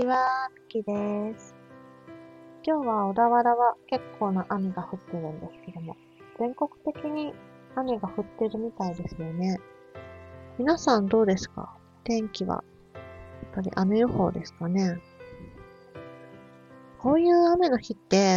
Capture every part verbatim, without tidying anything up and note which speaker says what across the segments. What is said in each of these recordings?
Speaker 1: は、ミキです。今日は小田原は結構な雨が降ってるんですけども、全国的に雨が降ってるみたいですよね。皆さんどうですか？天気はやっぱり雨予報ですかね。こういう雨の日って、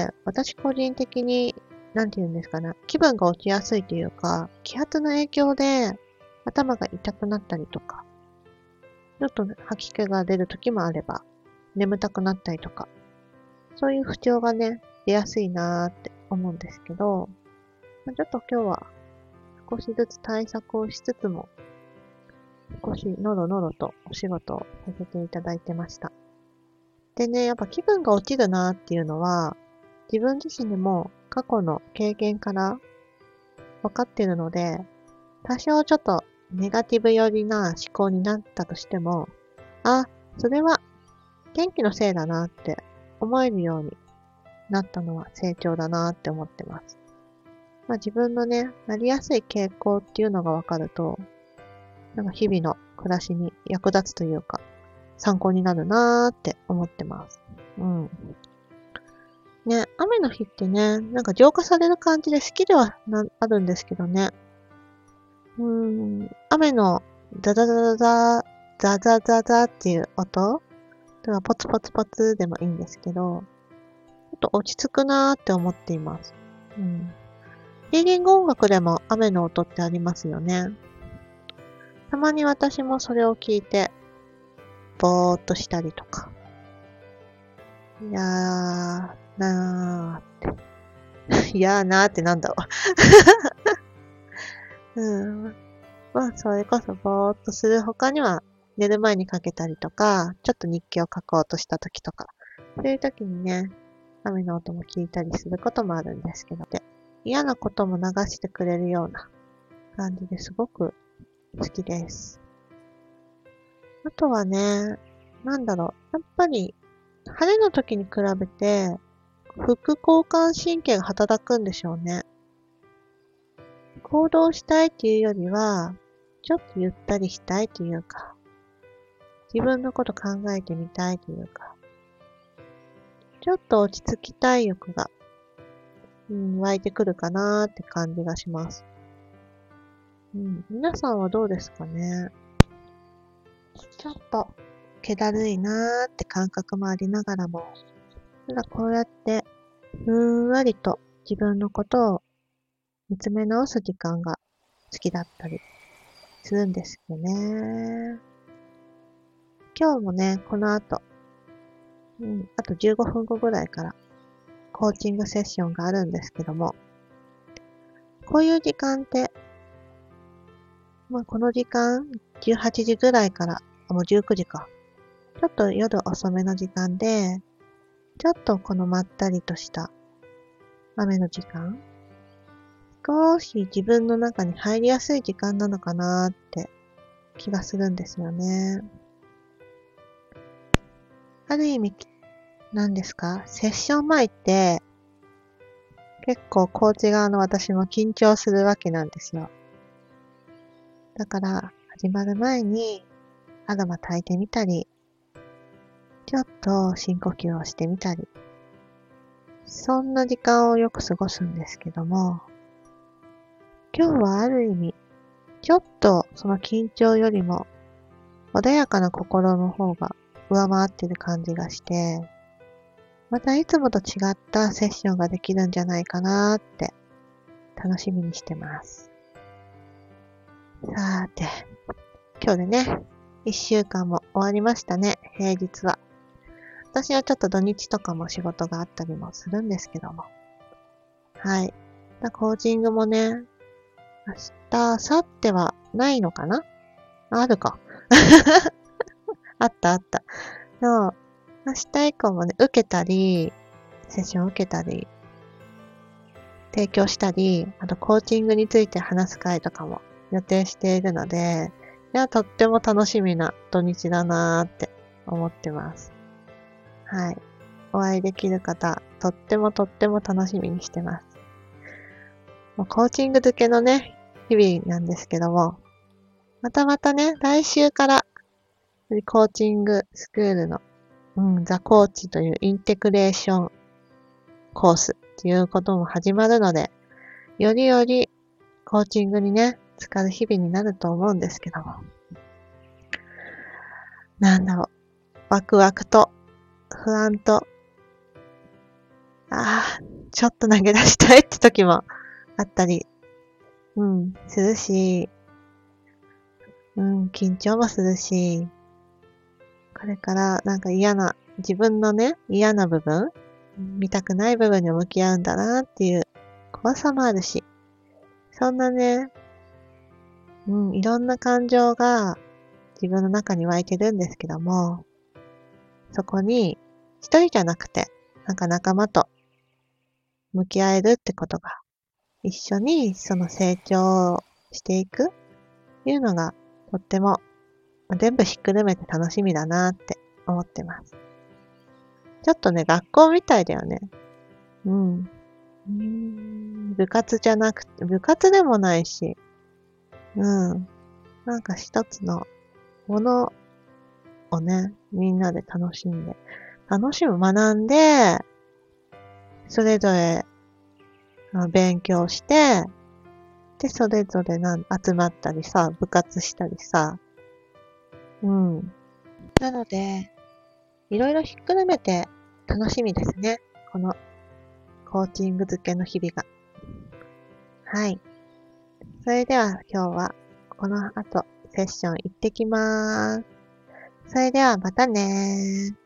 Speaker 1: 私個人的に、なんて言うんですかね、気分が落ちやすいというか、気圧の影響で頭が痛くなったりとか、ちょっと吐き気が出る時もあれば、眠たくなったりとか、そういう不調がね、出やすいなーって思うんですけど、ちょっと今日は少しずつ対策をしつつも、少しノロノロとお仕事をさせていただいてました。でね、やっぱ気分が落ちるなーっていうのは、自分自身でも過去の経験から分かっているので、多少ちょっとネガティブ寄りな思考になったとしても、あ、それは天気のせいだなって思えるようになったのは成長だなって思ってます。まあ自分のね、なりやすい傾向っていうのがわかると、なんか日々の暮らしに役立つというか、参考になるなーって思ってます。うん。ね、雨の日ってね、なんか浄化される感じで好きではなあるんですけどね。うーん、雨のザザザザザ、ザザザザっていう音とかポツポツポツでもいいんですけど、ちょっと落ち着くなーって思っています。うん。ヒーリング音楽でも雨の音ってありますよね。たまに私もそれを聞いて、ぼーっとしたりとか。いやーなーって。いやーなーってなんだろう。うん。まあ、それこそぼーっとする他には、寝る前にかけたりとか、ちょっと日記を書こうとした時とか、そういう時にね、雨の音も聞いたりすることもあるんですけど、で嫌なことも流してくれるような感じですごく好きです。あとはね、なんだろう。やっぱり、晴れの時に比べて、副交感神経が働くんでしょうね。行動したいっていうよりは、ちょっとゆったりしたいというか、自分のこと考えてみたいというか、ちょっと落ち着きたい欲が、うん、湧いてくるかなーって感じがします。うん、皆さんはどうですかね。ちょっと、気だるいなーって感覚もありながらも、ただこうやって、ふんわりと自分のことを見つめ直す時間が好きだったりするんですよね。今日もね、この後、うん、あとじゅうごふんごぐらいからコーチングセッションがあるんですけども、こういう時間って、まあ、この時間、じゅうはちじぐらいから、もうじゅうくじか。ちょっと夜遅めの時間で、ちょっとこのまったりとした雨の時間、少し自分の中に入りやすい時間なのかなーって気がするんですよね。ある意味、何ですか？セッション前って結構コーチ側の私も緊張するわけなんですよ。だから始まる前にアロマ炊いてみたり、ちょっと深呼吸をしてみたり、そんな時間をよく過ごすんですけども、今日はある意味、ちょっとその緊張よりも穏やかな心の方が上回ってる感じがして、またいつもと違ったセッションができるんじゃないかなーって楽しみにしてます。さーて、今日でね、一週間も終わりましたね、平日は。私はちょっと土日とかも仕事があったりもするんですけども。はい。コーチングもね、明日、明後日はないのかな？あるか。あったあった。そう。明日以降もね、受けたり、セッション受けたり、提供したり、あとコーチングについて話す会とかも予定しているので、いや、とっても楽しみな土日だなーって思ってます。はい。お会いできる方、とってもとっても楽しみにしてます。もうコーチング付けのね、日々なんですけども、またまたね、来週からコーチングスクールのうん、ザコーチというインテグレーションコースっていうことも始まるので、よりよりコーチングにね、浸かる日々になると思うんですけども。なんだろう。ワクワクと不安と、ああ、ちょっと投げ出したいって時もあったり、うん、するし、うん、緊張もするし、これからなんか嫌な、自分のね、嫌な部分、見たくない部分に向き合うんだなっていう怖さもあるし、そんなね、うん、いろんな感情が自分の中に湧いてるんですけども、そこに一人じゃなくて、なんか仲間と向き合えるってことが、一緒にその成長をしていくっていうのが、とっても全部ひっくるめて楽しみだなって思ってます。ちょっとね、学校みたいだよね。うん。うーん部活じゃなくて、部活でもないし、うん。なんか一つのものをね、みんなで楽しんで、楽しむ、学んで、それぞれ勉強して、で、それぞれなん集まったりさ、部活したりさ、うん。なので、いろいろひっくるめて楽しみですね。このコーチング漬けの日々が。はい。それでは今日はこの後セッション行ってきまーす。それではまたねー。